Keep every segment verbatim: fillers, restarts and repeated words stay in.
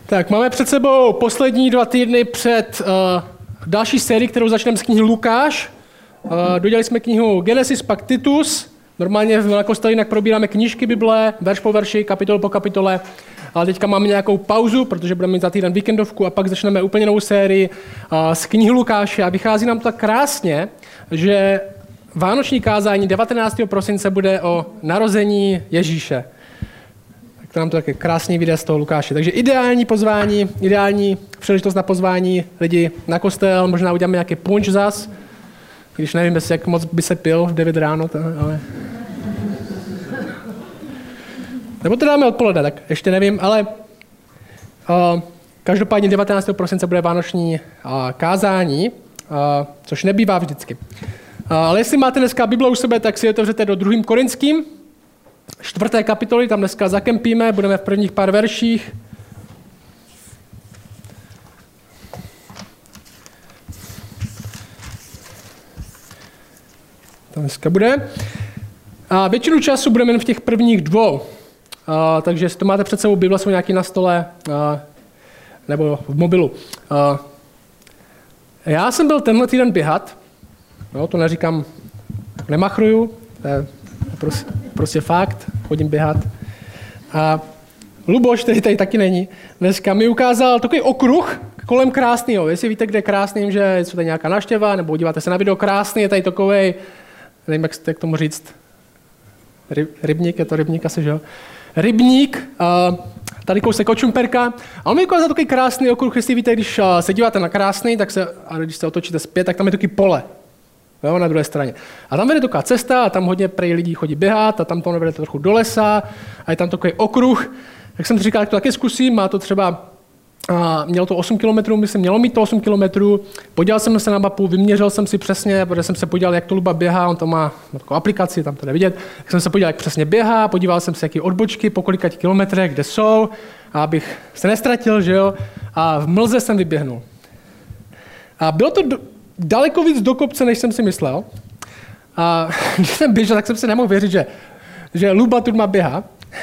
Tak, máme před sebou poslední dva týdny před uh, další sérii, kterou začneme z knihy Lukáš. Uh, dodělali jsme knihu Genesis, pak Titus. Normálně na kostele jinak probíráme knížky Bible, verš po verši, kapitol po kapitole. Ale teďka máme nějakou pauzu, protože budeme mít za týden víkendovku a pak začneme úplně novou sérii uh, z knihy Lukáše. A vychází nám to tak krásně, že vánoční kázání devatenáctého prosince bude o narození Ježíše. To nám to také krásný video z toho Lukáše. Takže ideální pozvání, ideální příležitost na pozvání lidi na kostel, možná uděláme nějaký punč zas, když nevím, jak moc by se pil v devět ráno, to, ale... Nebo to dáme odpoledne, tak ještě nevím, ale uh, každopádně devatenáctého prosince bude vánoční uh, kázání, uh, což nebývá vždycky. Uh, ale jestli máte dneska Bible u sebe, tak si otevřete do druhým Korinským, čtvrté kapitoly, tam dneska zakempíme, budeme v prvních pár verších. Tam dneska bude. A většinu času budeme jen v těch prvních dvou. A, takže jestli to máte před sebou, Bible jsou nějaký na stole a, nebo v mobilu. A, já jsem byl tenhle týden běhat, no, to neříkám, nemachruju, to je prostě, prostě fakt, chodím běhat. A Luboš, který tady taky není, dneska mi ukázal takový okruh kolem Krásného. Jestli víte, kde je Krásný, že je tady nějaká návštěva, nebo díváte se na video Krásný, je tady takovej, nevím, jak, jak tomu říct, Ryb, rybník, je to rybník asi, že jo? Rybník, uh, tady kousek od Šumperka. A on mi ukázal takový krásný okruh, jestli víte, když uh, se díváte na Krásný, tak se, a když se otočíte zpět, tak tam je takový pole. Jo, na druhé straně. A tam vede taková cesta a tam hodně prej lidí chodí běhat a tam to vede trochu do lesa a je tam takový okruh. Jak jsem si říkal, tak to taky zkusím, má to třeba, a mělo to osm kilometrů, myslím, mělo mít to osm kilometrů. Podíval jsem se na mapu, vyměřil jsem si přesně, protože jsem se podíval, jak to Luba běhá, on to má takovou aplikaci, tam to jde vidět. Tak jsem se podíval, jak přesně běhá, podíval jsem se, jaký odbočky, po kolika kilometrech, kde jsou, a abych se nestratil, že jo. A v mlze jsem vyběhnul. A bylo to do, daleko víc do kopce, než jsem si myslel. A když jsem běžel, tak jsem si nemohl věřit, že, že Luba tu má běhá.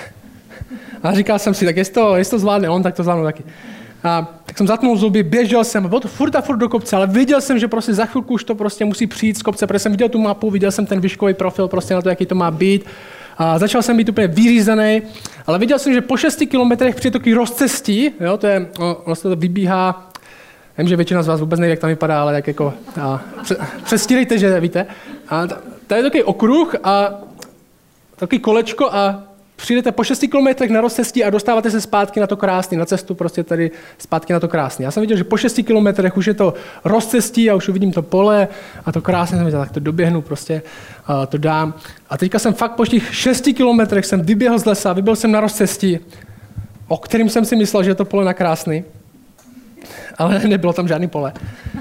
A říkal jsem si, tak jestli to, jestli to zvládne on, tak to zvládnu taky. A tak jsem zatnul zuby, běžel jsem, bylo to furt a furt do kopce, ale viděl jsem, že prostě za chvilku už to prostě musí přijít z kopce, protože jsem viděl tu mapu, viděl jsem ten výškový profil prostě na to, jaký to má být. A začal jsem být úplně vyřízený, ale viděl jsem, že po šesti kilometrech přijde takový rozcestí, jo, to je, ono se to vybíhá, vím, že většina z vás vůbec neví, jak tam vypadá, ale jak jako, a, přestírejte, že víte. A tady je takový okruh a takový kolečko a přijdete po šesti kilometrech na rozcestí a dostáváte se zpátky na to Krásný, na cestu prostě tady zpátky na to Krásný. Já jsem viděl, že po šesti kilometrech už je to rozcestí a už uvidím to pole a to Krásné, jsem viděl, tak to doběhnu prostě, a to dám. A teďka jsem fakt po těch šesti kilometrech jsem vyběhl z lesa, vyběhl jsem na rozcestí, o kterým jsem si myslel, že je to pole na Krásný, ale nebylo tam žádný pole.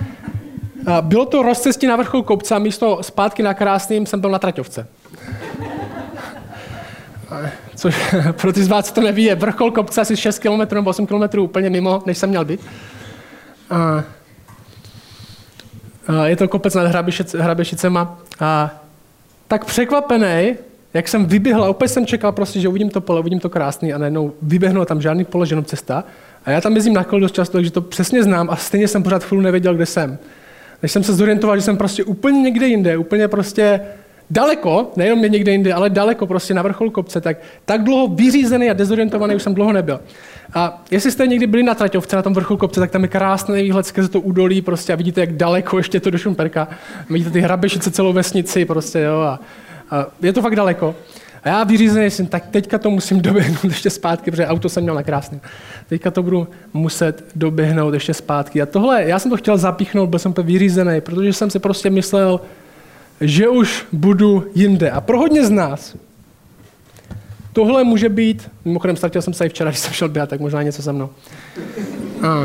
A bylo to rozcestí na vrchol kopce a místo zpátky na Krásným jsem byl na traťovce. Což pro ty z vás, co to neví, je vrchol kopce asi šest kilometrů nebo osm kilometrů úplně mimo, než jsem měl být. A, a je to kopec nad Hrabišic, Hrabešicema. A tak překvapený, jak jsem vyběhl a opět jsem čekal prostě, že uvidím to pole, uvidím to Krásný a najednou vyběhnu tam žádný pole, jenom cesta. A já tam jezdím na kole dost často, takže to přesně znám a stejně jsem pořád chvíli nevěděl, kde jsem. Než jsem se zorientoval, že jsem prostě úplně někde jinde, úplně prostě daleko, nejenom někde jinde, ale daleko prostě na vrcholu kopce, tak, tak dlouho vyřízený a dezorientovaný už jsem dlouho nebyl. A jestli jste někdy byli na traťovce na tom vrcholu kopce, tak tam je krásný výhled skrze to údolí prostě a vidíte, jak daleko ještě to do Šumperka. Vidíte ty Hrabešice, celou vesnici prostě, jo, a, a je to fakt daleko. A já vyřízený jsem, tak teďka to musím doběhnout ještě zpátky, protože auto jsem měl na Krásném. Teďka to budu muset doběhnout ještě zpátky. A tohle, já jsem to chtěl zapíchnout, byl jsem to vyřízený, protože jsem si prostě myslel, že už budu jinde. A pro hodně z nás tohle může být, mimochodem ztratil jsem se i včera, když jsem šel běhat, tak možná něco se mnou. A.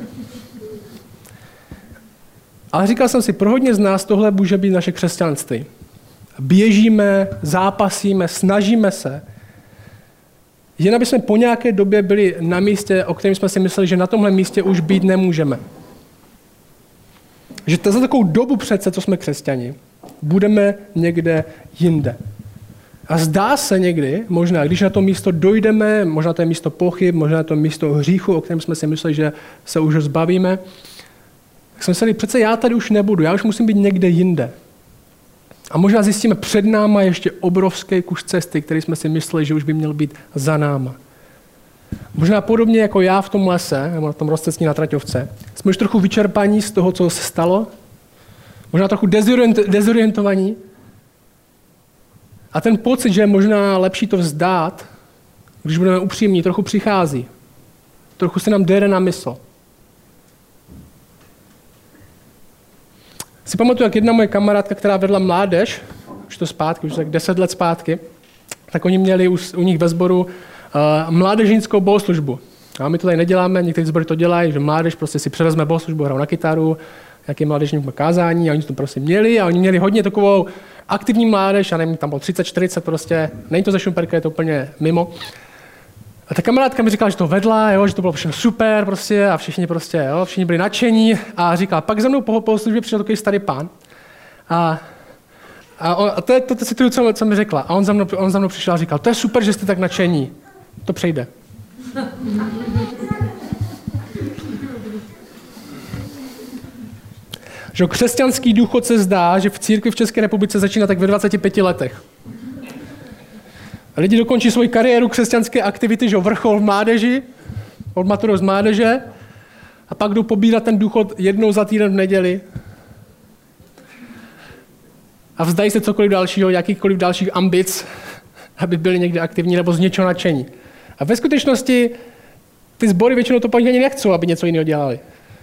Ale říkal jsem si, pro hodně z nás tohle může být naše křesťanství. Běžíme, zápasíme, snažíme se, jen aby jsme po nějaké době byli na místě, o kterém jsme si mysleli, že na tomhle místě už být nemůžeme. Že to za takovou dobu přece, co jsme křesťani, budeme někde jinde. A zdá se někdy, možná, když na to místo dojdeme, možná to je místo pochyb, možná to je místo hříchu, o kterém jsme si mysleli, že se už zbavíme, tak jsme mysleli, přece já tady už nebudu, já už musím být někde jinde. A možná zjistíme před náma ještě obrovský kus cesty, který jsme si mysleli, že už by měl být za náma. Možná podobně jako já v tom lese, nebo na tom rozcestí na traťovce, jsme už trochu vyčerpaní z toho, co se stalo, možná trochu dezorient, dezorientovaní. A ten pocit, že je možná lepší to vzdát, když budeme upřímní, trochu přichází. Trochu se nám dere na mysl. Si pamatuju, jak jedna moje kamarádka, která vedla mládež, už to zpátky, už tak deset let zpátky, tak oni měli u, u nich ve sboru uh, mládežnickou bohoslužbu. A my to tady neděláme, někteří sbory to dělají, že mládež prostě si převezme bohoslužbu, hrajou na kytaru, jaký mládežník má kázání a oni to prostě měli a oni měli hodně takovou aktivní mládež, a nevím, tam bylo třicet čtyřicet prostě, není to ze Šumperka, je to úplně mimo. A ta kamarádka mi říkala, že to vedla, jo, že to bylo všechno super prostě a všichni prostě, jo, všichni byli nadšení a říkala, pak za mnou po, po službě přišel takový starý pán a, a, on, a to je to, to cituju, co, co mi řekla. A on za, mnou, on za mnou přišel a říkal, to je super, že jste tak nadšení, to přejde. Že křesťanský důchod se zdá, že v církvi v České republice začíná tak ve dvaceti pěti letech. A lidi dokončí svoji kariéru křesťanské aktivity, že vrchol v mládeži, odmaturují z mládeže a pak jdou pobírat ten důchod jednou za týden v neděli a vzdají se cokoliv dalšího, jakýkoliv dalších ambic, aby byli někde aktivní nebo z něčeho nadšení. A ve skutečnosti ty sbory většinou to pak ani nechcou, aby něco jiného dělali.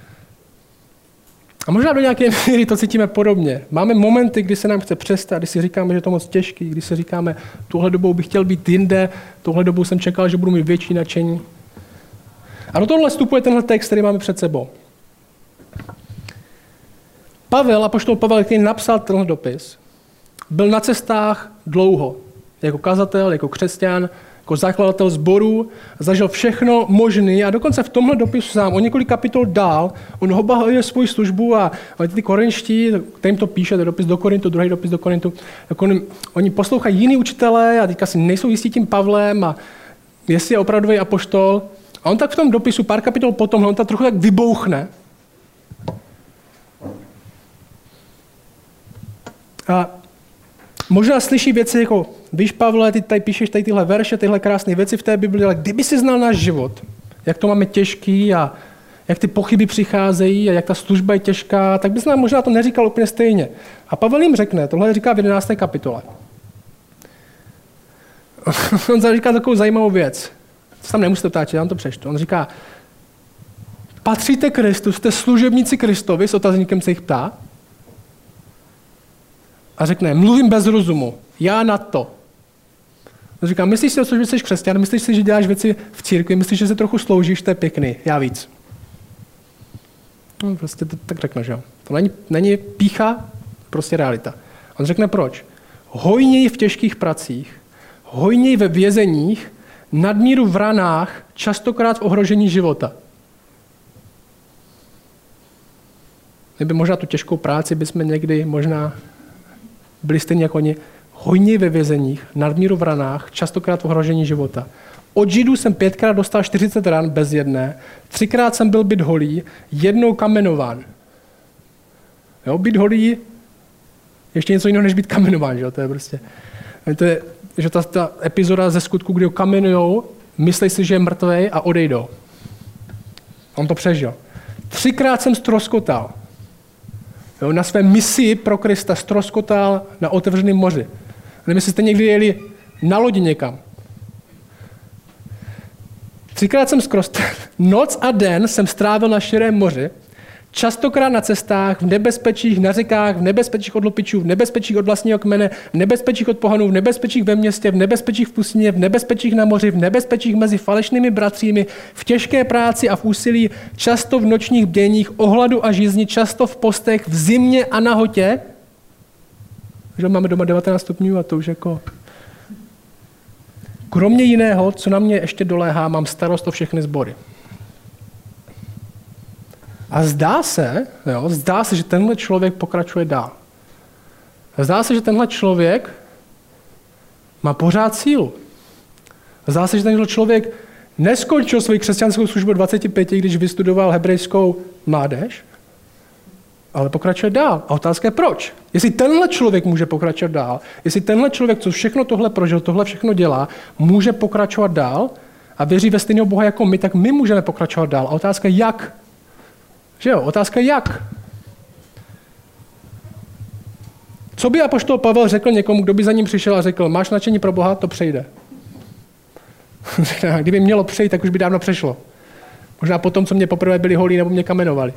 A možná do nějaké míry to cítíme podobně. Máme momenty, kdy se nám chce přestat, kdy si říkáme, že je to moc těžký, kdy si říkáme, tuhle dobou bych chtěl být jinde, tuhle dobou jsem čekal, že budu mít větší nadšení. A do tohle vstupuje tenhle text, který máme před sebou. Pavel, apoštol Pavel, který napsal tenhle dopis, byl na cestách dlouho. Jako kazatel, jako křesťan, jako zakladatel sborů, zažil všechno možné a dokonce v tomhle dopisu sám, o několik kapitol dál, on obhajuje svou službu a ty korinští, kterým to píše, to je dopis do Korintu, druhý dopis do Korintu, jako oni, oni poslouchají jiný učitelé a teďka si nejsou jistí tím Pavlem a jestli je opravdový apoštol. A on tak v tom dopisu, pár kapitol potom, on tak trochu tak vybouchne. A možná slyší věci jako, víš, Pavle, ty tady píšeš tady tyhle verše, tyhle krásné věci v té Bibli, ale kdyby si znal náš život, jak to máme těžký a jak ty pochyby přicházejí a jak ta služba je těžká, tak bys nám možná to neříkal úplně stejně. A Pavel jim řekne, tohle říká v jedenácté kapitole. On říká takovou zajímavou věc. To tam nemusíte ptát, já vám to přečtu. On říká, patříte Kristu, jste služebníci Kristovi, s otazníkem se jich ptá. A řekne, mluvím bez rozumu, já na to. On říká, myslíš si, že jsi křesťan, myslíš si, že děláš věci v církvi, myslíš, že se trochu sloužíš, to je pěkný, já víc. No, prostě to tak řekne, že jo. To není, není pýcha, prostě realita. On řekne proč. Hojněji v těžkých pracích, hojněji ve vězeních, nadmíru v ranách, častokrát v ohrožení života. Nebo možná tu těžkou práci bychom někdy možná byli stejně jako oni, hojněji ve vězeních, nadmíru v ranách, častokrát v ohrožení života. Od Židů jsem pětkrát dostal čtyřicet ran bez jedné, třikrát jsem byl byt holý, jednou kamenován. Jo, být holý, ještě něco jiného, než být kamenován, že jo, to je prostě, to je, že ta, ta epizoda ze Skutku, kdy ho kamenujou, myslí si, že je mrtvej a odejdou. On to přežil. Třikrát jsem ztroskotal. Jo, na své misi pro Krista ztroskotal na otevřeném moři. Nevím, jestli jste někdy jeli na lodi někam. Třikrát jsem zkrostal. Noc a den jsem strávil na širém moři, častokrát na cestách, v nebezpečích, na řekách, v nebezpečích od lupičů, v nebezpečích od vlastního kmene, v nebezpečích od pohanů, v nebezpečích ve městě, v nebezpečích v pustině, v nebezpečích na moři, v nebezpečích mezi falešnými bratřími, v těžké práci a v úsilí, často v nočních bděních, ohladu a žízni, často v postech, v zimě a nahotě. Že máme doma devatenáct stupňů a to už jako... Kromě jiného, co na mě ještě doléhá, mám starost o všechny sbory. A zdá se, jo, zdá se, že tenhle člověk pokračuje dál. Zdá se, že tenhle člověk má pořád sílu. Zdá se, že ten člověk neskončil svoji křesťanskou službu dvaceti pěti, když vystudoval hebrejskou mládež, ale pokračuje dál. A otázka je proč. Jestli tenhle člověk může pokračovat dál, jestli tenhle člověk, co všechno tohle prožil, tohle všechno dělá, může pokračovat dál a věří ve stejného Boha jako my, tak my můžeme pokračovat dál. A otázka je jak. Že jo? Otázka je jak. Co by apoštol Pavel řekl někomu, kdo by za ním přišel a řekl, máš nadšení pro Boha, to přejde. Kdyby mělo přejít, tak už by dávno přešlo. Možná potom, co mě poprvé byli holí nebo mě kamenovali.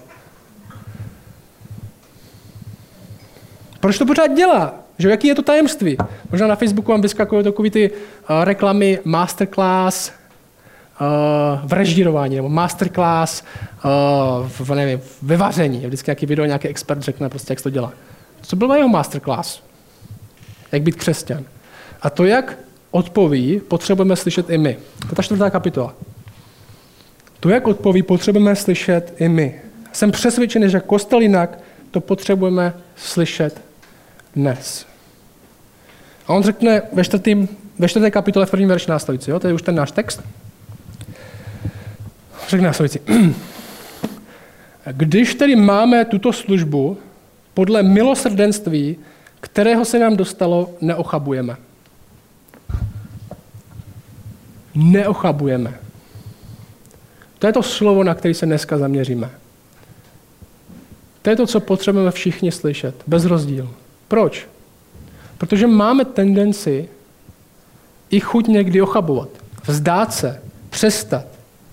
Proč to pořád dělá? Že jaký je to tajemství? Možná na Facebooku vám vyskakují takové ty uh, reklamy masterclass uh, v režírování nebo masterclass uh, v, nevím, ve vaření. Je vždycky nějaký video, nějaký expert řekne prostě, jak se to dělá. Co byl jeho masterclass? Jak být křesťan. A to, jak odpoví, potřebujeme slyšet i my. To je ta čtvrtá kapitola. To, jak odpoví, potřebujeme slyšet i my. Jsem přesvědčený, že kostel jinak to potřebujeme slyšet dnes. A on řekne ve, čtvrtým, ve čtvrté kapitole v prvním verši následující. Jo? To je už ten náš text. Řekne následující. Když tedy máme tuto službu podle milosrdenství, kterého se nám dostalo, neochabujeme. Neochabujeme. To je to slovo, na které se dneska zaměříme. To je to, co potřebujeme všichni slyšet, bez rozdílu. Proč? Protože máme tendenci i chuť někdy ochabovat, vzdát se, přestat.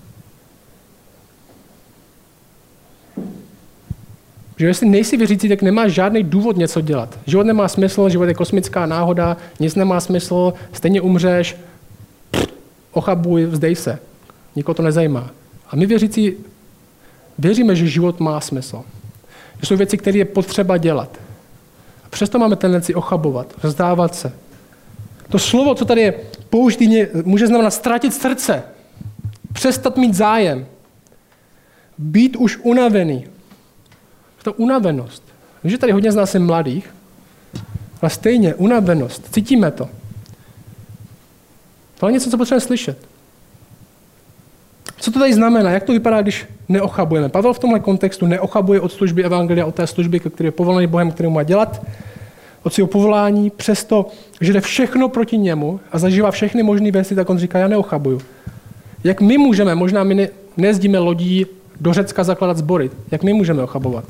Že jestli nejsi věřící, tak nemáš žádný důvod něco dělat. Život nemá smysl, život je kosmická náhoda, nic nemá smysl, stejně umřeš, ochabuj, vzdej se. Nikoho to nezajímá. A my věřící věříme, že život má smysl. Že jsou věci, které je potřeba dělat. A přesto máme tendenci ochabovat, vzdávat se. To slovo, co tady je použitý, může znamenat ztratit srdce, přestat mít zájem, být už unavený. To unavenost. Víš, že tady hodně z nás je mladých, ale stejně unavenost, cítíme to. To je něco, co potřebujeme slyšet. Co to tady znamená? Jak to vypadá, když neochabujeme? Pavel v tomhle kontextu neochabuje od služby evangelia, od té služby, který je povolaný Bohem, který má dělat, od svého povolání, přesto, že jde všechno proti němu a zažívá všechny možné věci, tak on říká, já neochabuju. Jak my můžeme, možná my ne, nejezdíme lodí do Řecka zakládat sbory, jak my můžeme ochabovat?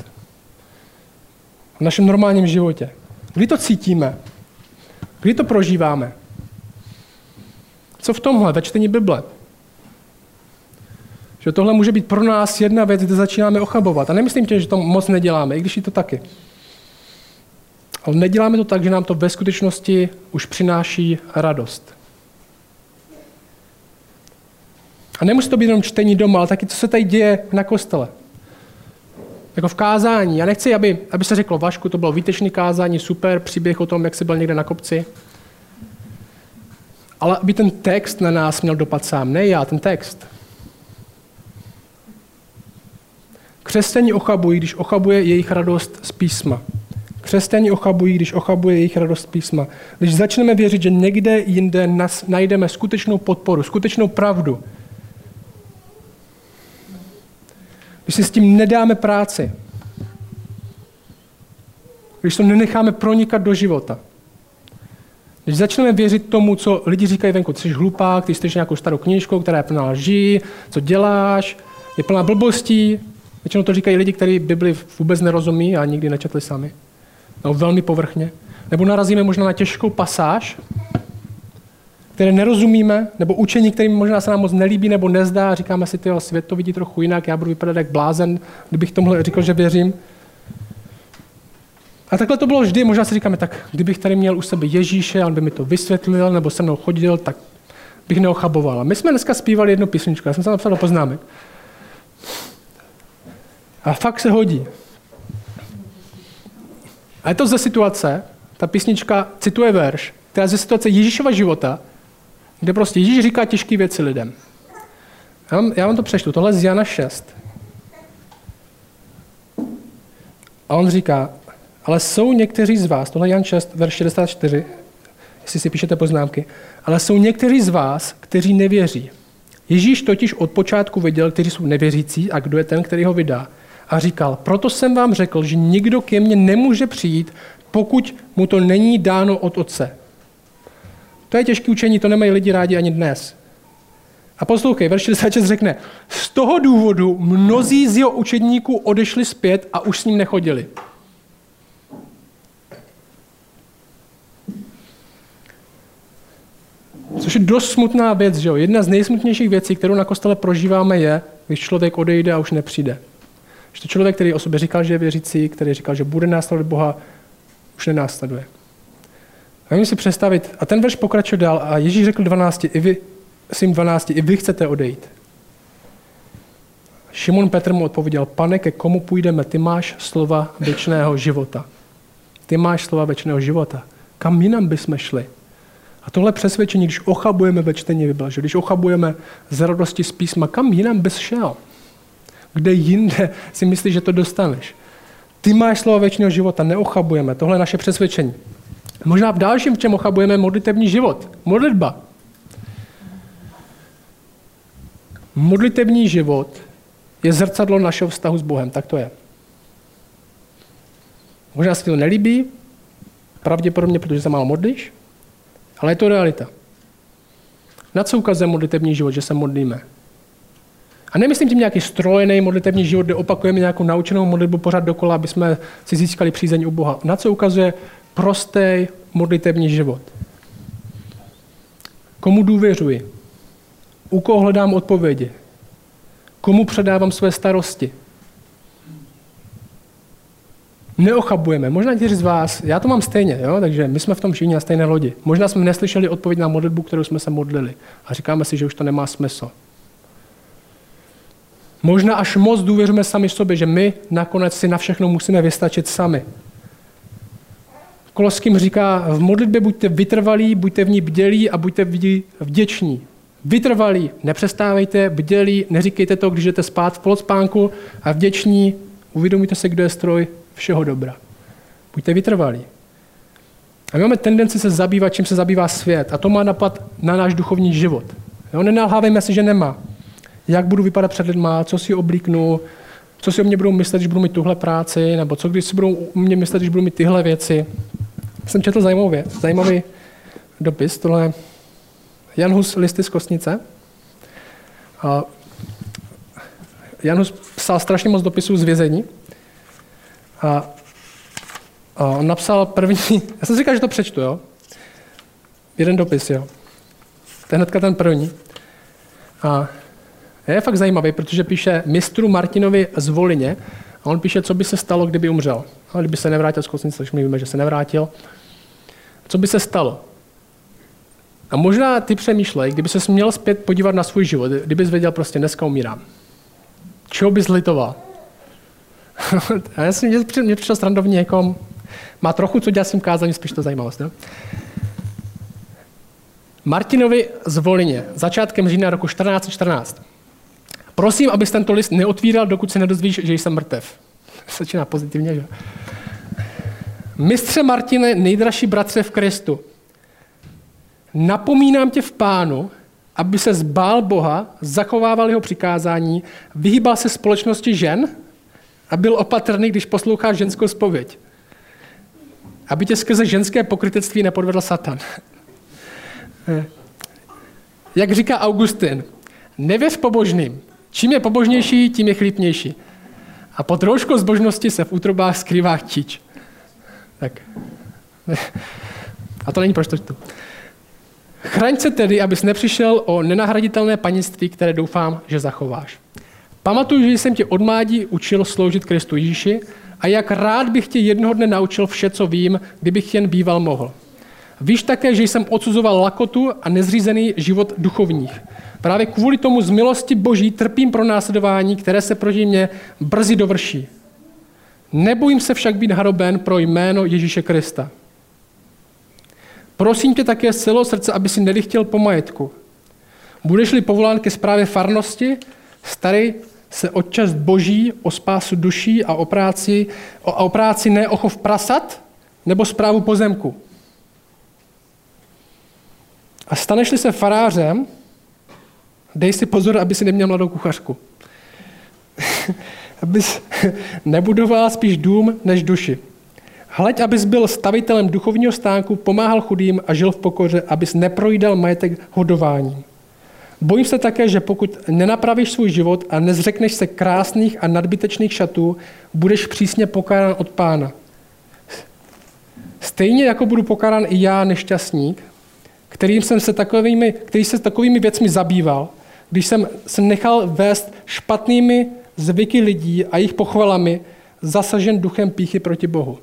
V našem normálním životě. Kdy to cítíme? Kdy to prožíváme? Co v tomhle? Ve čtení Bible. Že tohle může být pro nás jedna věc, kde začínáme ochabovat. A nemyslím tě, že to moc neděláme, i když je to taky. Ale neděláme to tak, že nám to ve skutečnosti už přináší radost. A nemusí to být jenom čtení doma, ale taky, co se tady děje na kostele. Jako v kázání. Já nechci, aby, aby se řeklo, Vašku, to bylo výtečný kázání, super, příběh o tom, jak jsi byl někde na kopci. Ale aby ten text na nás měl dopad sám. Ne já, ten text. Křesťané ochabují, když ochabuje jejich radost z písma. Křesťané ochabují, když ochabuje jejich radost z písma. Když začneme věřit, že někde jinde nas, najdeme skutečnou podporu, skutečnou pravdu, když si s tím nedáme práci, když to nenecháme pronikat do života, když začneme věřit tomu, co lidi říkají venku, ty jsi hlupák, ty čteš nějakou starou knížku, která je plná lží, co děláš, je plná blbostí. Většinou to říkají lidi, kteří Bibli vůbec nerozumí a nikdy nečetli sami. No, velmi povrchně. Nebo narazíme možná na těžkou pasáž, které nerozumíme, nebo učení, kterým možná se nám moc nelíbí nebo nezdá, a říkáme si, tyjo, svět to vidí trochu jinak, já budu vypadat jak blázen, kdybych tomhle říkal, že věřím. A takhle to bylo vždy, možná si říkáme, tak kdybych tady měl u sebe Ježíše, on by mi to vysvětlil, nebo se mnou chodil, tak bych neochaboval. A my jsme dneska zpívali jednu písničku, já jsem se napsal do poznámek. A fakt se hodí. A je to ze situace, ta písnička cituje verš, která je ze situace Ježíšova života, kde prostě Ježíš říká těžké věci lidem. Já vám, já vám to přečtu, tohle z Jana šest. A on říká, ale jsou někteří z vás, tohle Jan šest, verš šedesát čtyři, jestli si píšete poznámky, ale jsou někteří z vás, kteří nevěří. Ježíš totiž od počátku věděl, kteří jsou nevěřící a kdo je ten, který ho vydá. A říkal, proto jsem vám řekl, že nikdo ke mně nemůže přijít, pokud mu to není dáno od Otce. To je těžké učení, to nemají lidi rádi ani dnes. A poslouchej, verš šedesát šest řekne, z toho důvodu mnozí z jeho učedníků odešli zpět a už s ním nechodili. Což je dost smutná věc, že jo? Jedna z nejsmutnějších věcí, kterou na kostele prožíváme, je, když člověk odejde a už nepřijde. Že to člověk, který o sobě říkal, že je věřící, který říkal, že bude následovat Boha, už nenásleduje. A můžeme si představit, a ten verš pokračuje dál, a Ježíš řekl dvanácti, i vy, svým dvanácti, i vy chcete odejít. Šimon Petr mu odpověděl, pane, ke komu půjdeme, ty máš slova věčného života. Ty máš slova věčného života. Kam jinam bychom šli? A tohle přesvědčení, když ochabujeme ve čtení Bible, že když ochabujeme z radosti z písma, kam jinam bys šel? Kde jinde si myslíš, že to dostaneš? Ty máš slova věčného života, neochabujeme. Tohle je naše přesvědčení. Možná v dalším, v čem ochabujeme, modlitevní život. Modlitba. Modlitevní život je zrcadlo našeho vztahu s Bohem. Tak to je. Možná se to nelíbí, pravděpodobně, protože se málo modlíš, ale je to realita. Na co ukazuje modlitevní život, že se modlíme? A nemyslím tím nějaký strojený modlitevní život, kde opakujeme nějakou naučenou modlitbu pořád dokola, aby jsme si získali přízeň u Boha. Na co ukazuje prostý modlitevní život? Komu důvěřuji? U koho hledám odpovědi? Komu předávám své starosti? Neochabujeme. Možná někteří z vás, já to mám stejně, jo? Takže my jsme v tom všichni na stejné lodi. Možná jsme neslyšeli odpověď na modlitbu, kterou jsme se modlili. A říkáme si, že už to nemá smysl. Možná až moc důvěřujeme sami sobě, že my nakonec si na všechno musíme vystačit sami. Koloským říká, v modlitbě buďte vytrvalí, buďte v ní bdělí a buďte vděční. Vytrvalí, nepřestávejte, bdělí, neříkejte to, když jdete spát v polospánku, a vděční, uvědomujte se, kdo je stroj všeho dobra. Buďte vytrvalí. A my máme tendenci se zabývat, čím se zabývá svět. A to má dopad na náš duchovní život. Jo, nenalhávejme si, že nemá. Jak budu vypadat před lidma, co si oblíknu, co si o mě budou myslet, když budu mít tuhle práci, nebo co když si budou o mě myslet, když budu mít tyhle věci. Jsem četl zajímavou věc, zajímavý dopis, tohle Jan Hus, Listy z Kostnice. A Jan Hus psal strašně moc dopisů z vězení. A, a on napsal první, já jsem si říkal, že to přečtu, jo? Jeden dopis, jo. To je hnedka ten první. A je fakt zajímavý, protože píše mistru Martinovi z Volině a on píše, co by se stalo, kdyby umřel. A kdyby se nevrátil z Kostnice, takže my víme, že se nevrátil. Co by se stalo? A možná ty přemýšlej, kdyby se měl zpět podívat na svůj život, kdybys věděl, prostě dneska umírám. Čeho bys litoval? A já si mě, mě přišel srandovní, jako má trochu co dělat s tím kázáním, spíš to zajímavost. Ne? Martinovi z Volině, začátkem října roku čtrnáct set čtrnáct. Prosím, abys tento list neotvíral, dokud se nedozvíš, že jsem mrtev. Začíná pozitivně, že? Mistře Martine, nejdražší bratře v Kristu, napomínám tě v Pánu, aby se zbál Boha, zachovával jeho přikázání, vyhýbal se společnosti žen a byl opatrný, když posloucháš ženskou zpověď. Aby tě skrze ženské pokrytectví nepodvedl Satan. Jak říká Augustin, nevěř pobožným. Čím je pobožnější, tím je chlípnější. A pod rouškou zbožnosti se v útrobách skrývá chtíč. Tak. A to není proč to čtu. Chraň se tedy, abys nepřišel o nenahraditelné panenství, které doufám, že zachováš. Pamatuj, že jsem tě od mládí učil sloužit Kristu Ježíši a jak rád bych tě jednoho dne naučil vše, co vím, kdybych jen býval mohl. Víš také, že jsem odsuzoval lakotu a nezřízený život duchovních. Právě kvůli tomu z milosti Boží trpím pronásledování, které se proti mně brzy dovrší. Nebojím se však být haroben pro jméno Ježíše Krista. Prosím tě také z celého srdce, aby si nelichtěl po majetku. Budeš-li povolán ke správě farnosti, starej se o čest Boží, o spásu duší a o práci, o, o práci ne o chov prasat, nebo správu pozemku. A staneš-li se farářem, dej si pozor, aby si neměl mladou kuchařku. Abys nebudoval spíš dům než duši. Hleď, abys byl stavitelem duchovního stánku, pomáhal chudým a žil v pokoře, abys neprojídal majetek hodováním. Bojím se také, že pokud nenapravíš svůj život a nezřekneš se krásných a nadbytečných šatů, budeš přísně pokárán od Pána. Stejně jako budu pokárán i já, nešťastník, kterým jsem se takovými, který se takovými věcmi zabýval, když jsem se nechal vést špatnými zvyky lidí a jejich pochvalami, zasažen duchem pýchy proti Bohu.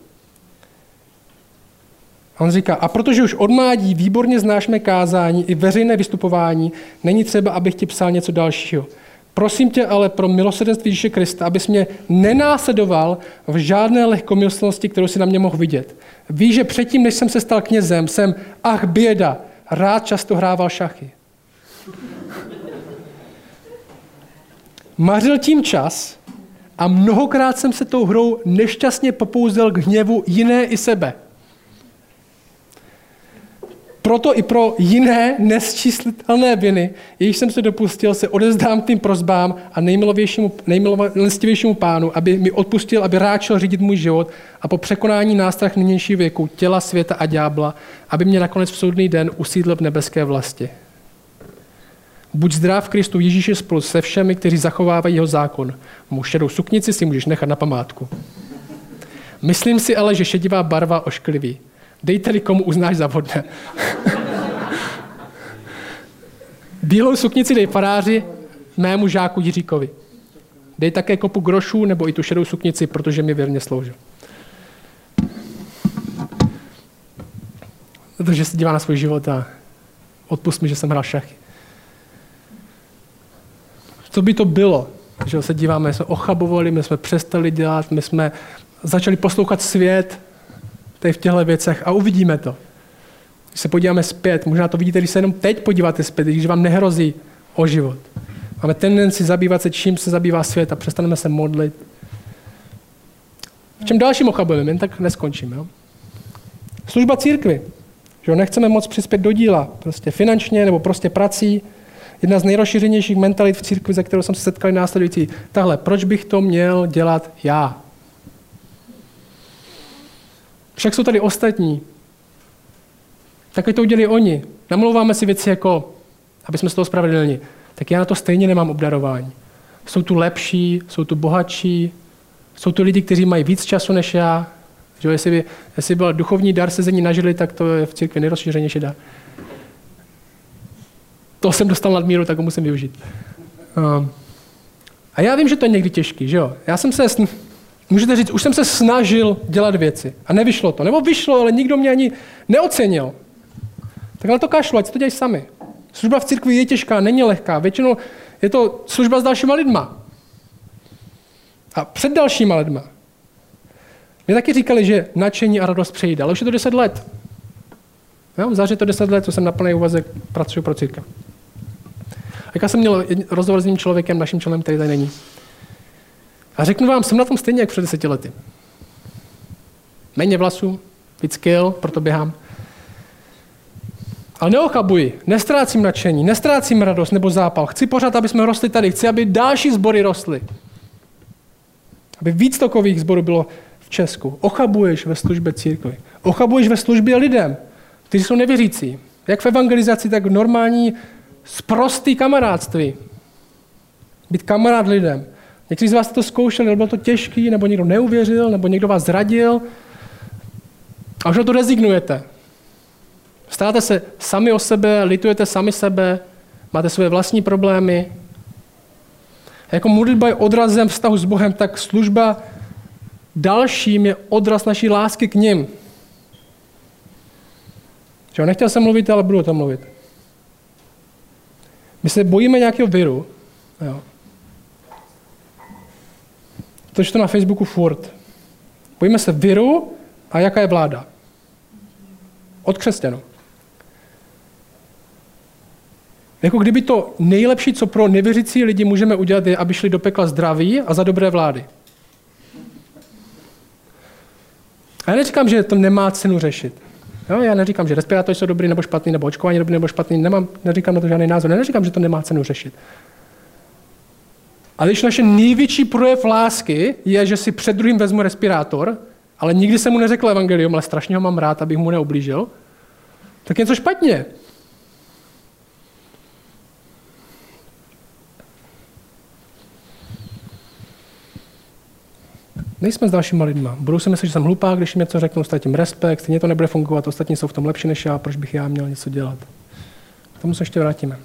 A on říká, a protože už od mládí výborně znáš mé kázání i veřejné vystupování, není třeba, abych ti psal něco dalšího. Prosím tě ale pro milosrdenství Ježíše Krista, abys mě nenásledoval v žádné lehkomyslnosti, kterou si na mě mohl vidět. Víš, že předtím, než jsem se stal knězem, jsem, ach běda, rád často hrával šachy. Mařil tím čas a mnohokrát jsem se tou hrou nešťastně popouzel k hněvu jiné i sebe. Proto i pro jiné nesčíslitelné viny, jejichž jsem se dopustil, se odezdám tým prosbám a nejmilostivějšímu Pánu, aby mi odpustil, aby ráčil řídit můj život a po překonání nástrah nynějšího věku, těla, světa a ďábla, aby mě nakonec v soudný den usídlil v nebeské vlasti. Buď zdrav v Kristu Ježíši spolu se všemi, kteří zachovávají jeho zákon. Mou šedou suknici si můžeš nechat na památku. Myslím si ale, že šedivá barva oškliví. Dej tedy, komu uznáš za vhodné. Bílou suknici dej faráři, mému žáku Jiříkovi. Dej také kopu grošů nebo i tu šedou suknici, protože mi věrně sloužil. Protože se dívá na svůj život a odpust mi, že jsem hrál šachy. Co by to bylo, že se díváme, my jsme ochabovali, my jsme přestali dělat, my jsme začali poslouchat svět tady v těchto věcech a uvidíme to. Když se podíváme zpět, možná to vidíte, když se jenom teď podíváte zpět, když vám nehrozí o život. Máme tendenci zabývat se, čím se zabývá svět a přestaneme se modlit. V čem dalším ochabujeme, jen tak neskončíme. Jo? Služba církvi. Že nechceme moc přispět do díla, prostě finančně nebo prostě prací. Jedna z nejrozšířenějších mentalit v církvi, ze kterou jsem se setkal, následující. Tahle, proč bych to měl dělat já? Však jsou tady ostatní. Tak to udělali oni. Namlouváme si věci jako, aby jsme z toho spravedlní. Tak já na to stejně nemám obdarování. Jsou tu lepší, jsou tu bohatší, jsou tu lidi, kteří mají víc času než já. Že jestli, by, jestli byl duchovní dar sezení na židli, tak to je v církvi nejrozšířenější dar. To jsem dostal nadmíru, tak ho musím využít. Um, a já vím, že to je někdy těžký, že jo? Já jsem se, můžete říct, už jsem se snažil dělat věci a nevyšlo to. Nebo vyšlo, ale nikdo mě ani neocenil. Tak na to kašlu, ať si to dělají sami. Služba v církvi je těžká, není lehká. Většinou je to služba s dalšíma lidma. A před dalšíma lidma. Mě taky říkali, že nadšení a radost přejde, ale už je to deset let. Jo, v září to deset let, co jsem na plný úvazek pracuji pro církev. A já jsem měl rozhovor s tím člověkem, naším členem, který tady není. A řeknu vám, jsem na tom stejně, jak před deseti lety. Méně vlasů, víc skill, proto běhám. Ale neochabuji, nestrácím nadšení, nestrácím radost nebo zápal. Chci pořád, aby jsme rostli tady. Chci, aby další sbory rostly. Aby víc takových sborů bylo v Česku. Ochabuješ ve službě církvi. Ochabuješ ve službě lidem, kteří jsou nevěřící. Jak v evangelizaci, tak v normální sprostý kamarádství. Být kamarád lidem. Někteří z vás to zkoušeli, ale bylo to těžký, nebo někdo neuvěřil, nebo někdo vás zradil. A už na to rezignujete. Staráte se sami o sebe, litujete sami sebe, máte své vlastní problémy. A jako modlitba je odrazem vztahu s Bohem, tak služba dalším je odraz naší lásky k nim. Že nechtěl jsem mluvit, ale budu o tom mluvit. My se bojíme nějakého viru. Jo. Toč to na Facebooku furt. Bojíme se viru a jaká je vláda. Od křesťanů. Jako kdyby to nejlepší, co pro nevěřící lidi můžeme udělat, je, aby šli do pekla zdraví a za dobré vlády. A já neříkám, že to nemá cenu řešit. Jo, já neříkám, že respirátory jsou dobrý nebo špatný, nebo očkování dobrý nebo špatný, nemám, neříkám na to žádný názor, neříkám, že to nemá cenu řešit. Ale když naše největší projev lásky je, že si před druhým vezmu respirátor, ale nikdy jsem mu neřekl evangelium, ale strašně ho mám rád, abych mu neublížil, tak je něco špatně. Nejsme s dalšíma lidma. Budou si myslet, že jsem hlupák, když jim něco řeknu, ztratím respekt, stejně to nebude fungovat, ostatní jsou v tom lepší než já, proč bych já měl něco dělat. K tomu se ještě vrátíme.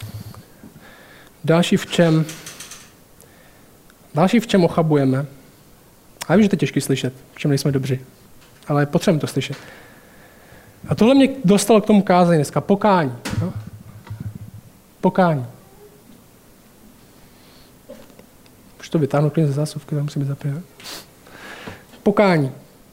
Další v čem, další v čem ochabujeme. A já vím, že to je těžké slyšet, v čem nejsme dobří, ale potřebujeme to slyšet. A tohle mě dostalo k tomu kázání dneska. Pokání. No? Pokání. Už to vytáhnu klidně ze zásuvky, tam musím být zapět. Pokání.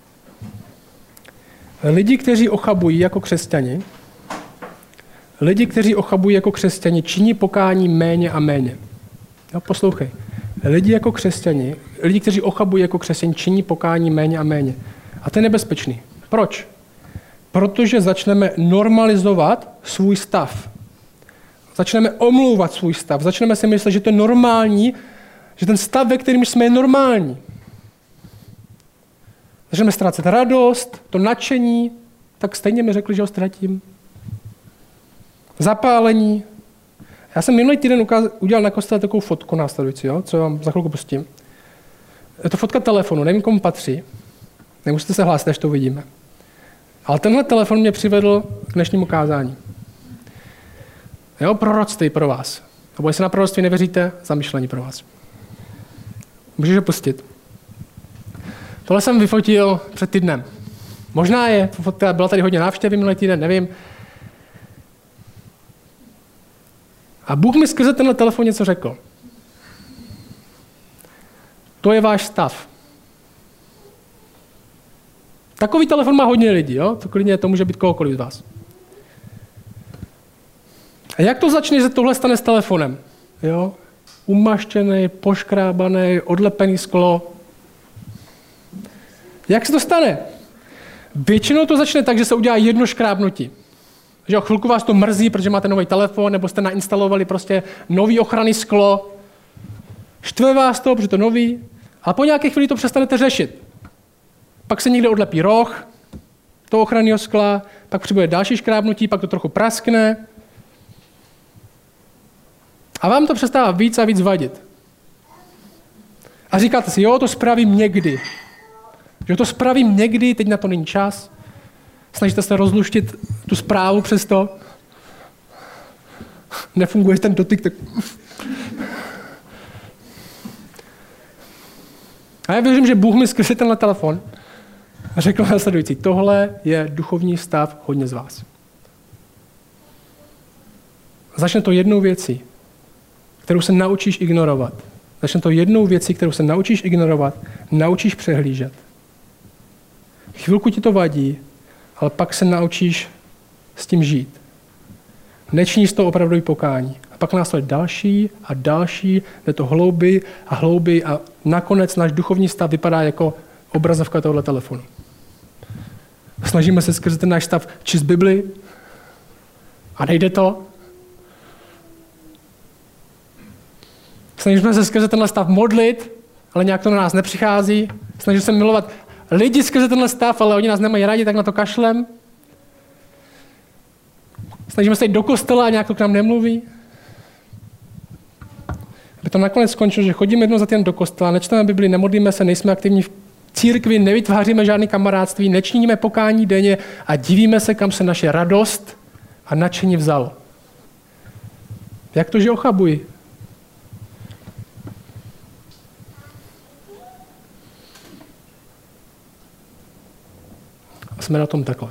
Lidi, kteří ochabují jako křesťani, lidi, kteří ochabují jako křesťani, činí pokání méně a méně. No, poslouchej. Lidi jako křesťani, lidi, kteří ochabují jako křesťani, činí pokání méně a méně. A to je nebezpečný. Proč? Protože začneme normalizovat svůj stav. Začneme omlouvat svůj stav. Začneme si myslet, že to je normální, že ten stav, ve kterém jsme, je normální. Začneme ztrácet radost, to nadšení, tak stejně mi řekli, že ho ztratím. Zapálení. Já jsem minulý týden ukázal, udělal na kostele takovou fotku následující, jo, co vám za chvilku pustím. Je to fotka telefonu, nevím, komu patří. Nemusíte se hlásit, až to uvidíme. Ale tenhle telefon mě přivedl k dnešnímu kázání. Jo, proroctví pro vás. Nebo jestli na proroctví nevěříte, zamyšlení pro vás. Můžeš ho pustit. Tohle jsem vyfotil před týdnem. Možná je, byla tady hodně návštěvy minulý týden, nevím. A Bůh mi skrze tenhle telefon něco řekl. To je váš stav. Takový telefon má hodně lidí, jo? To klidně to může být kohokoliv z vás. A jak to začne, že tohle stane s telefonem? Jo? Umaštěný, poškrábaný, odlepený sklo. Jak se to stane? Většinou to začne tak, že se udělá jedno škrábnutí. Že o chvilku vás to mrzí, protože máte nový telefon, nebo jste nainstalovali prostě nový ochranný sklo. Štve vás to, protože to nový. A po nějaké chvíli to přestanete řešit. Pak se někde odlepí roh toho ochranného skla, pak přibude další škrábnutí, pak to trochu praskne. A vám to přestává víc a víc vadit. A říkáte si, jo, to spravím někdy. Že to spravím někdy, teď na to není čas. Snažíte se rozluštit tu zprávu přesto. Nefunguje ten dotyk, tak... A já věřím, že Bůh mi skrze tenhle telefon a řekl následující, tohle je duchovní stav hodně z vás. Začne to jednou věcí, kterou se naučíš ignorovat. Začne to jednou věcí, kterou se naučíš ignorovat, naučíš přehlížet. Chvilku ti to vadí, ale pak se naučíš s tím žít. Nečiníš to opravdový pokání. A pak následuje další a další, jde to hlouběji a hlouběji a nakonec náš duchovní stav vypadá jako obrazovka tohoto telefonu. Snažíme se skrze ten náš stav číst Bibli a nejde to. Snažíme se skrze tenhle stav modlit, ale nějak to na nás nepřichází. Snažíme se milovat lidi skrze tenhle stav, ale oni nás nemají rádi, tak na to kašlem. Snažíme se jít do kostela a nějak to k nám nemluví. Aby to nakonec skončilo, že chodíme jednou za týden do kostela, nečteme Bibli, nemodlíme se, nejsme aktivní v církvi, nevytváříme žádné kamarádství, nečiníme pokání denně a divíme se, kam se naše radost a nadšení vzalo. Jak to, že ochabuji? A jsme na tom takhle.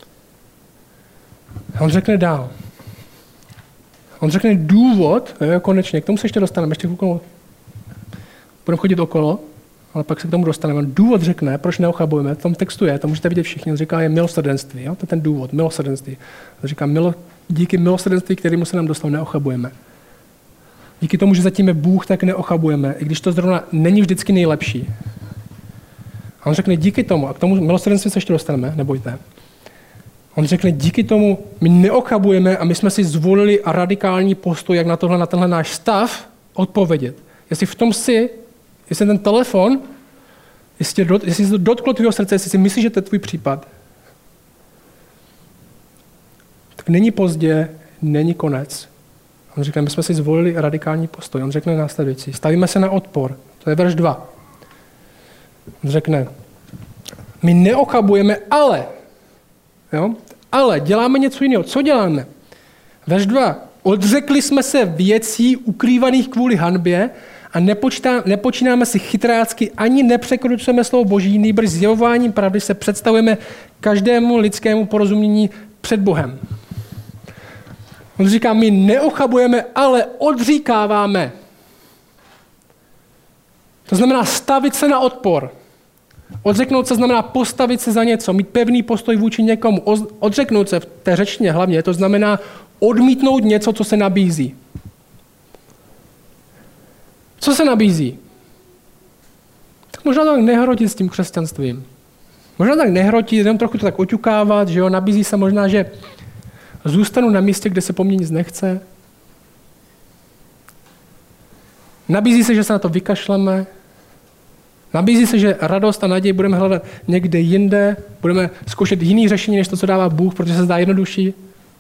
A on řekne dál. On řekne důvod, jo, konečně, k tomu se ještě dostaneme, ještě okolo. Budeme chodit okolo, ale pak se k tomu dostaneme. On důvod řekne, proč neochabujeme, v tom textu je, to můžete vidět všichni, on říká, je milosrdenství, jo? To je ten důvod, milosrdenství. On říká, milo, díky milosrdenství, kterému se nám dostalo, neochabujeme. Díky tomu, že zatím je Bůh, tak neochabujeme, i když to zrovna není vždycky nejlepší. A on řekne, díky tomu, a k tomu milosrdenství se ještě dostaneme, nebojte. On řekne, díky tomu my neochabujeme a my jsme si zvolili radikální postoj, jak na tohle, na tenhle náš stav odpovědět. Jestli v tom si, jestli ten telefon, jestli, dot, jestli se to dotklo tvého srdce, jestli si myslíš, že to je tvůj případ, tak není pozdě, není konec. On řekne, my jsme si zvolili radikální postoj. On řekne následující, stavíme se na odpor. To je verš dva. On řekne, my neochabujeme, ale, jo, ale děláme něco jiného. Co děláme? Verš dva. Odřekli jsme se věcí ukrývaných kvůli hanbě a nepočítá, nepočínáme si chytrácky, ani nepřekrucujeme slovo Boží, nýbrž zjevováním pravdy se představujeme každému lidskému porozumění před Bohem. On říká, my neochabujeme, ale odříkáváme. To znamená stavit se na odpor. Odřeknout se znamená postavit se za něco, mít pevný postoj vůči někomu. Odřeknout se v té řečtině hlavně, to znamená odmítnout něco, co se nabízí. Co se nabízí? Tak možná tak nehrotit s tím křesťanstvím. Možná tak nehrotit, jenom trochu to tak oťukávat, že jo, nabízí se možná, že zůstanu na místě, kde se po mně nic nechce. Nabízí se, že se na to vykašleme. Nabízí se, že radost a naději budeme hledat někde jinde, budeme zkoušet jiný řešení, než to, co dává Bůh, protože se zdá jednodušší.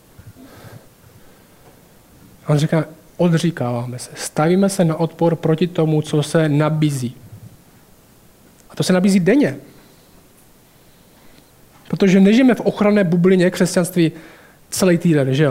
A on říká, odříkáváme se, stavíme se na odpor proti tomu, co se nabízí. A to se nabízí denně. Protože nežijeme v ochranné bublině křesťanství celý týden, že jo?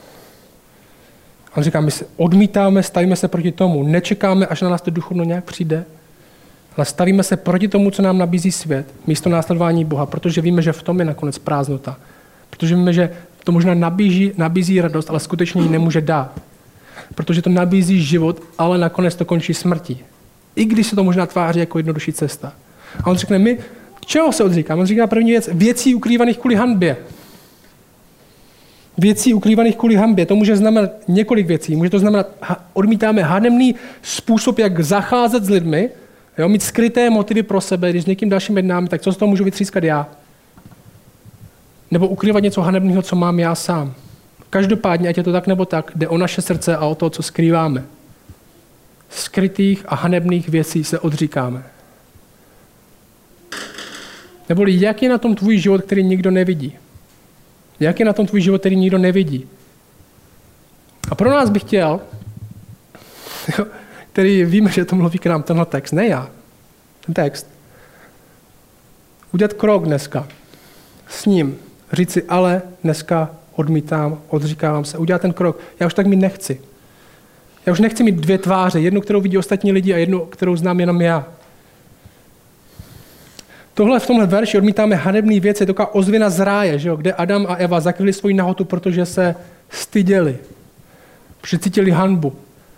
On říká, my se odmítáme, stavíme se proti tomu, nečekáme, až na nás to duchovno nějak přijde, ale stavíme se proti tomu, co nám nabízí svět, místo následování Boha, protože víme, že v tom je nakonec prázdnota. Protože víme, že to možná nabízí, nabízí radost, ale skutečně ji nemůže dát. Protože to nabízí život, ale nakonec to končí smrtí. I když se to možná tváří jako jednodušší cesta. A on řekne, my čeho se odříkáme? On říká první věc, věcí ukrývaných kvůli hanbě. Věcí ukrývaných kvůli hanbě. To může znamenat několik věcí. Může to znamenat, odmítáme hanebný způsob, jak zacházet s lidmi, jo, mít skryté motivy pro sebe, když s někým dalším jednáme, tak co z toho můžu vytřískat já? Nebo ukrývat něco hanebného, co mám já sám. Každopádně, ať je to tak nebo tak, jde o naše srdce a o to, co skrýváme. Skrytých a hanebných věcí se odříkáme. Neboli jak je na tom tvůj život, který nikdo nevidí? Jak je na tom tvůj život, který nikdo nevidí? A pro nás bych chtěl, který víme, že to mluví k nám tenhle text, ne já, ten text, udělat krok dneska s ním, říct si, ale dneska odmítám, odříkávám se, udělat ten krok. Já už tak mít nechci. Já už nechci mít dvě tváře, jednu, kterou vidí ostatní lidi a jednu, kterou znám jenom já. Tohle v tomhle verši odmítáme hanebný věci, je taková ozvěna z ráje, že jo, kde Adam a Eva zakryli svoji nahotu, protože se styděli, protože cítili hanbu.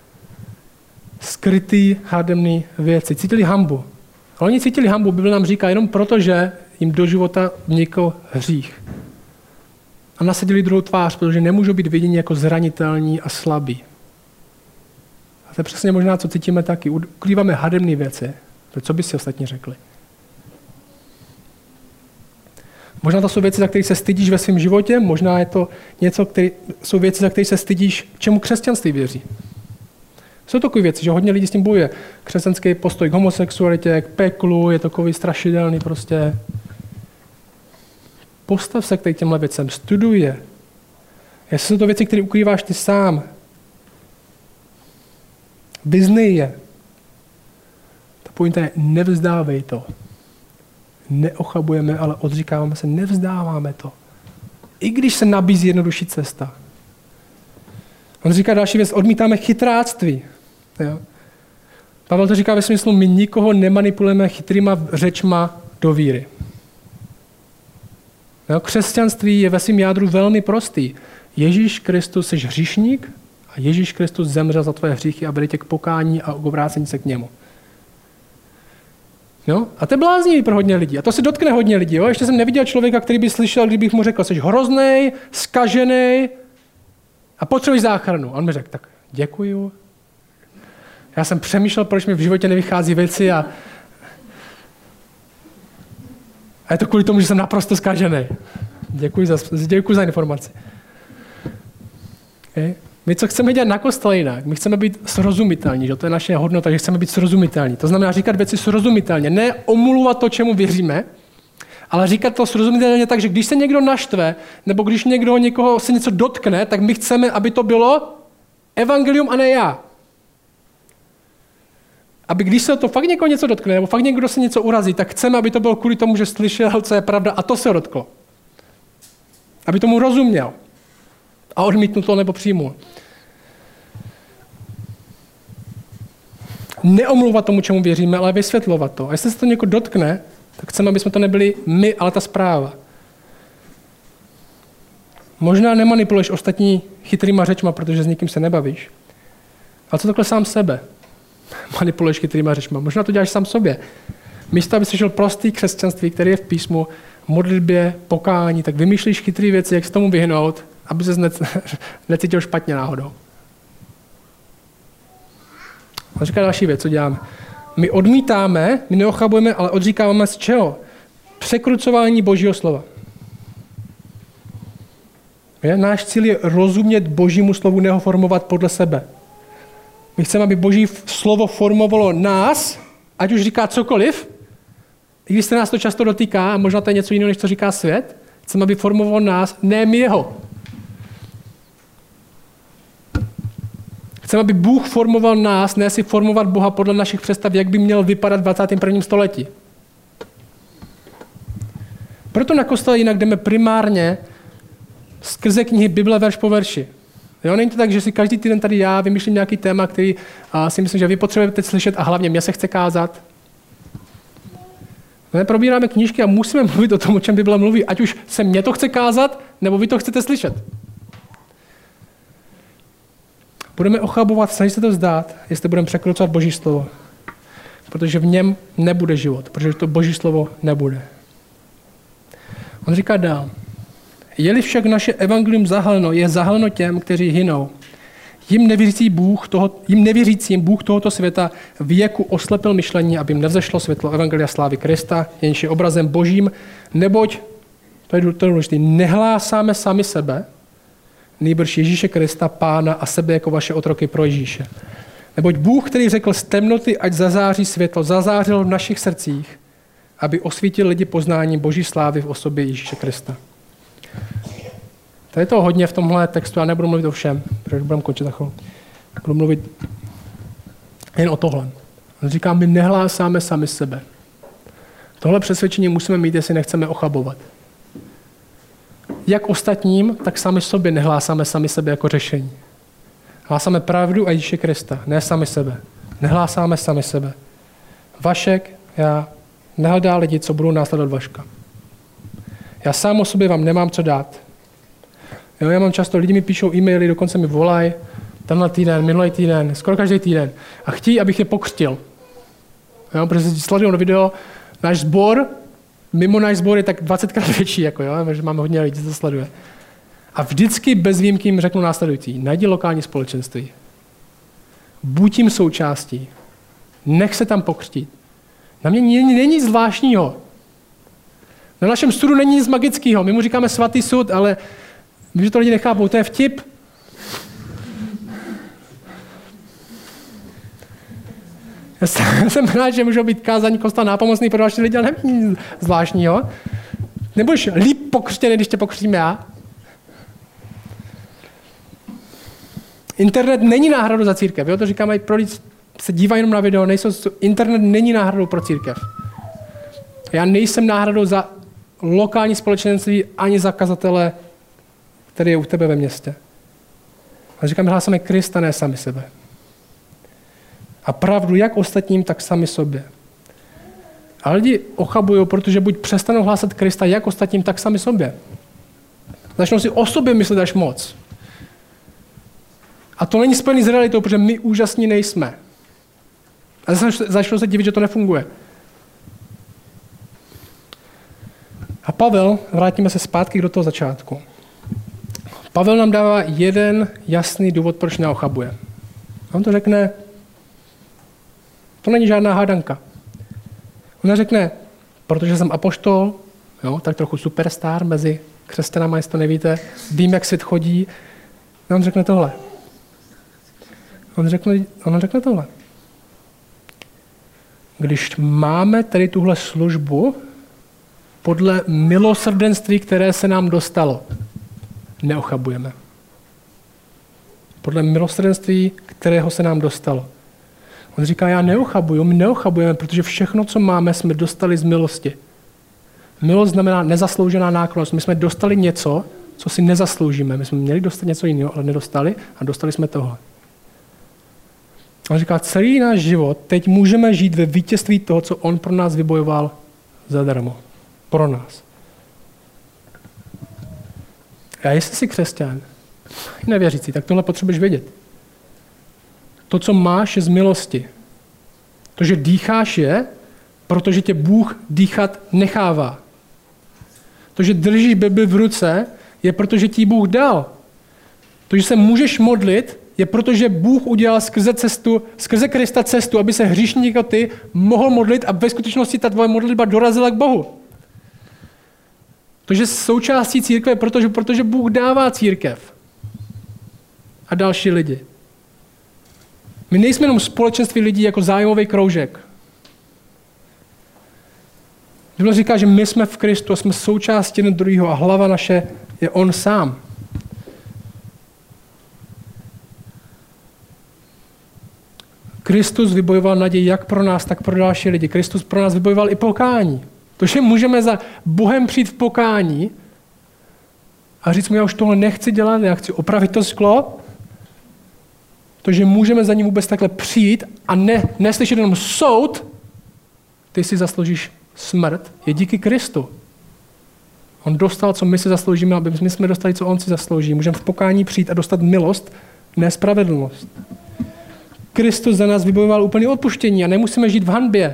Skrytý hanebný věci, cítili hanbu. Ale oni cítili hanbu, Bible nám říká, jenom proto, že jim do života vnikl hřích. A nasadili druhou tvář, protože nemůžou být viděni jako zranitelní a slabí. A to je přesně možná, co cítíme taky. Ukrýváme hanebné věci. Co by si ostatní řekli? Možná to jsou věci, za které se stydíš ve svém životě, možná je to něco, které jsou věci, za které se stydíš, čemu křesťanství věří. Jsou takové věci, že hodně lidí s tím bojuje. Křesťanský postoj k homosexualitě, k peklu, je takový strašidelný prostě. Postav se k těmhle věcem, studuj je. Jestli jsou to věci, které ukrýváš ty sám, vyznej je. Ta pointa je, nevzdávej to. Neochabujeme, ale odříkáváme se, nevzdáváme to. I když se nabízí jednodušší cesta. On říká další věc, odmítáme chytráctví. Jo? Pavel to říká ve smyslu, my nikoho nemanipulujeme chytrýma řečma do víry. Jo? Křesťanství je ve svém jádru velmi prostý. Ježíš Kristus, jsi hříšník a Ježíš Kristus zemřel za tvoje hříchy a vede tě k pokání a k obrácení se k němu. Jo? A to je bláznivý pro hodně lidí. A to se dotkne hodně lidí. Jo? Ještě jsem neviděl člověka, který by slyšel, kdybych mu řekl, jsi hroznej, zkažený a potřebuješ záchranu. A on mi řekl, tak děkuju. Já jsem přemýšlel, proč mi v životě nevychází věci a, a je to kvůli tomu, že jsem naprosto zkažený. Děkuji za, děkuji za informaci. Okay. My, co chceme dělat na kostele jinak, my chceme být srozumitelní, že? To je naše hodnota, že chceme být srozumitelní. To znamená říkat věci srozumitelně, ne omluvat to, čemu věříme, ale říkat to srozumitelně tak, že když se někdo naštve, nebo když někdo někoho se něco dotkne, tak my chceme, aby to bylo evangelium a ne já. Aby když se to fakt někoho něco dotkne, nebo fakt někdo se něco urazí, tak chceme, aby to bylo kvůli tomu, že slyšel, co je pravda, a to se ho dotklo. Aby tomu rozuměl. A odmítnul to nebo přijmul. Neomluvat tomu, čemu věříme, ale vysvětlovat to. A jestli se to někoho dotkne, tak chceme, aby jsme to nebyli my, ale ta zpráva. Možná nemanipuluješ ostatní chytrýma řečma, protože s někým se nebavíš. Ale co takhle sám sebe? Manipuluješ chytrýma řečma. Možná to děláš sám sobě. Místo, aby slyšel prostý křesťanství, který je v písmu, modlitbě, pokání, tak vymýšlíš chytrý věci, jak se tomu vyhnout, aby ses necítil špatně náhodou. A říká další věc, co děláme. My odmítáme, my neochabujeme, ale odříkáváme z čeho? Překrucování Božího slova. Je? Náš cíl je rozumět Božímu slovu, neho formovat podle sebe. My chceme, aby Boží slovo formovalo nás, ať už říká cokoliv, i když se nás to často dotýká, a možná to je něco jiného, než co říká svět, chceme, aby formoval nás, ne my jeho. Chceme, aby Bůh formoval nás, ne si formovat Boha podle našich představ, jak by měl vypadat v dvacátém prvním století. Proto na kostele jinak jdeme primárně skrze knihy Bible verš po verši. Jo, není to tak, že si každý týden tady já vymýšlím nějaký téma, který a, si myslím, že vy potřebujete teď slyšet a hlavně mě se chce kázat. My probíráme knížky a musíme mluvit o tom, o čem Bible mluví, ať už se mě to chce kázat, nebo vy to chcete slyšet. Budeme ochabovat, snažit se to vzdát, jestli budeme překrucovat Boží slovo. Protože v něm nebude život, protože to Boží slovo nebude. On říká dál. Je-li však naše evangelium zahaleno, je zahaleno těm, kteří hynou. Jim nevěřící Bůh toho, jim nevěřícím Bůh tohoto světa věku oslepil myšlení, aby jim nevzešlo světlo evangelia slávy Krista, jenž je obrazem Božím, neboť, to je důležité, nehlásáme sami sebe, nýbrž Ježíše Krista, Pána a sebe jako vaše otroky pro Ježíše. Neboť Bůh, který řekl z temnoty, ať zazáří světlo, zazářil v našich srdcích, aby osvítil lidi poznání Boží slávy v osobě Ježíše Krista. Tady je to hodně v tomhle textu, já nebudu mluvit o všem, protože budeme končit za chvíli. Budu mluvit jen o tohle. On říká, my nehlásáme sami sebe. Tohle přesvědčení musíme mít, jestli nechceme ochabovat. Jak ostatním, tak sami sobě nehlásáme sami sebe jako řešení. Hlásáme pravdu a Ježíše Krista, ne sami sebe. Nehlásáme sami sebe. Vašek, já nehledá lidi, co budou následovat Vaška. Já sám o sobě vám nemám co dát. Jo, já mám často, lidi mi píšou e-maily, dokonce mi volají, tenhle týden, minulý týden, skoro každý týden. A chtějí, abych je pokřtil. Jo, protože si sledují video, náš sbor, mimo náš sbor je tak dvacetkrát větší, jako jo, protože máme hodně lidí, co to sleduje. A vždycky bez výjimky jim řeknu následující. Najdi lokální společenství. Buď jim součástí. Nech se tam pokřtít. Na mě není, není nic zvláštního. Na našem sudu není nic magického. My mu říkáme svatý sud, ale vím, že to lidi nechápou. To je vtip. Já jsem rád, že můžou být kázání kostela nápomocný pro další lidi, ale není nic zvláštního. Nebudeš líp pokřtěný, když tě pokřtím já. Internet není náhradou za církev. Jo? To říkám i pro lidi, se dívají jenom na video. Nejsou, internet není náhradou pro církev. Já nejsem náhradou za lokální společenství ani za kazatele, který je u tebe ve městě. Ale říkám, hlásáme Krista, ne sami sebe. A pravdu jak ostatním, tak sami sobě. A lidi ochabují, protože buď přestanou hlásat Krista jak ostatním, tak sami sobě. Začnou si o sobě myslet až moc. A to není spojený s realitou, protože my úžasní nejsme. A začnou se divit, že to nefunguje. A Pavel, vrátíme se zpátky do toho začátku. Pavel nám dává jeden jasný důvod, proč neochabuje. A on to řekne, to není žádná hádanka. On řekne, protože jsem apoštol, jo, tak trochu superstar mezi křesťanama, jestli to nevíte, vím, jak svět chodí, on řekne tohle. On řekne, on řekne tohle. Když máme tady tuhle službu podle milosrdenství, které se nám dostalo, neochabujeme. Podle milosrdenství, kterého se nám dostalo. On říká, já neochabuju, my neochabujeme, protože všechno, co máme, jsme dostali z milosti. Milost znamená nezasloužená náklonnost. My jsme dostali něco, co si nezasloužíme. My jsme měli dostat něco jiného, ale nedostali a dostali jsme tohle. On říká, celý náš život teď můžeme žít ve vítězství toho, co on pro nás vybojoval zadarmo. Pro nás. A jestli jsi křesťan, nevěřící, tak tohle potřebuješ vědět. To, co máš, je z milosti. To, že dýcháš, je, protože tě Bůh dýchat nechává. To, že držíš Bibli v ruce, je protože ti Bůh dal. To, že se můžeš modlit, je proto, že Bůh udělal skrze cestu, skrze Krista cestu, aby se hříšník jako ty mohl modlit a ve skutečnosti ta tvoje modlitba dorazila k Bohu. To, že součástí církve je protože, protože Bůh dává církev a další lidi. My nejsme jenom společenství lidí jako zájmový kroužek. Bible říká, že my jsme v Kristu a jsme součástí jeden druhého a hlava naše je on sám. Kristus vybojoval naději jak pro nás, tak pro další lidi. Kristus pro nás vybojoval i pokání. To, že můžeme za Bohem přijít v pokání a říct mu, já už tohle nechci dělat, já chci opravit to sklo, to, že můžeme za ním vůbec takhle přijít a ne, neslyšet jenom soud, ty si zasloužíš smrt, je díky Kristu. On dostal, co my si zasloužíme, aby my jsme dostali, co on si zaslouží. Můžeme v pokání přijít a dostat milost, ne spravedlnost. Kristus za nás vybojoval úplné odpuštění a nemusíme žít v hanbě.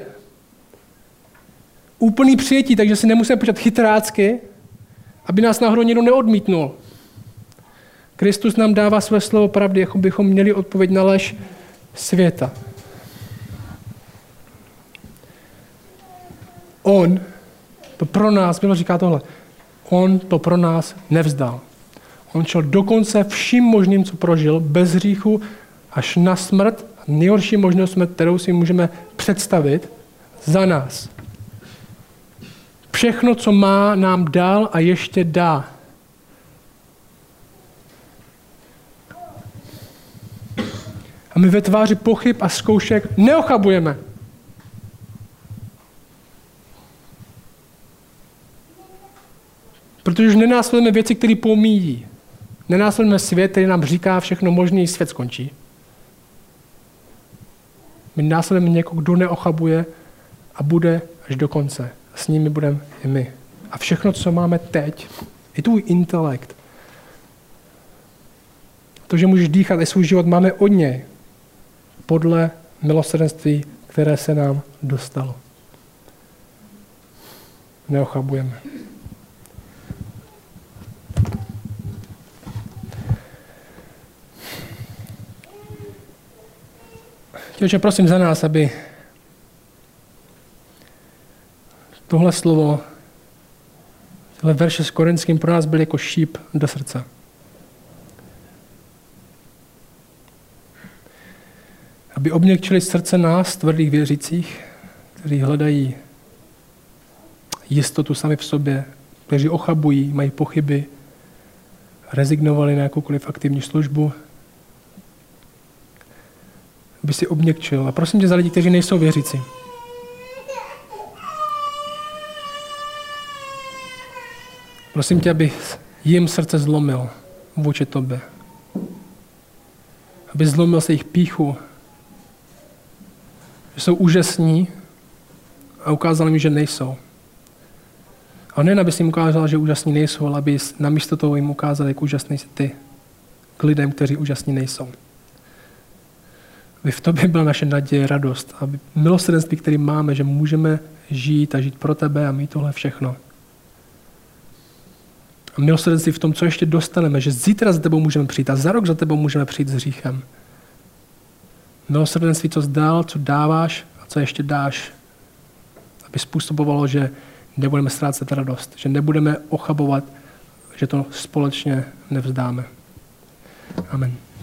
Úplný přijetí, takže si nemusíme počítat chytrácky, aby nás náhodou někdo neodmítnul. Kristus nám dává své slovo pravdy, jako bychom měli odpověď na lež světa. On to pro nás, Bible říká tohle, on to pro nás nevzdal. On šel dokonce vším možným, co prožil, bez hříchu, až na smrt, nejhorší možnou smrt, kterou si můžeme představit, za nás. Všechno, co má, nám dal a ještě dá. A my ve tváři pochyb a zkoušek neochabujeme. Protože už nenásledujeme věci, které pomíjí. Nenásledujeme svět, který nám říká všechno možné, svět skončí. My následujeme někoho, kdo neochabuje a bude až do konce. A s nimi budeme i my. A všechno, co máme teď, i tvůj intelekt, to, že můžeš dýchat i svůj život, máme od něj. Podle milosrdenství, které se nám dostalo. Neochabujeme. Těže prosím za nás, aby tohle slovo, tohle verše s Korinským pro nás byl jako šíp do srdce. Aby obměkčili srdce nás, tvrdých věřících, kteří hledají jistotu sami v sobě, kteří ochabují, mají pochyby, rezignovali na jakoukoliv aktivní službu, aby si obměkčil. A prosím tě za lidi, kteří nejsou věřící. Prosím tě, aby jim srdce zlomil vůči tobě. Aby zlomil se jejich pýchu, že jsou úžasní a ukázal jim, že nejsou. A nejen, aby si jim ukázal, že úžasní nejsou, ale aby namísto toho jim ukázal, jak úžasný jsi ty k lidem, kteří úžasní nejsou. Aby v tobě byla naše naděje, radost, aby milosrdenství, které máme, že můžeme žít a žít pro tebe a mít tohle všechno. A milosrdenství v tom, co ještě dostaneme, že zítra za tebou můžeme přijít a za rok za tebou můžeme přijít s hříchem. Milosrdenství, co zdál, co dáváš a co ještě dáš, aby způsobovalo, že nebudeme ztrácet radost, že nebudeme ochabovat, že to společně nevzdáme. Amen.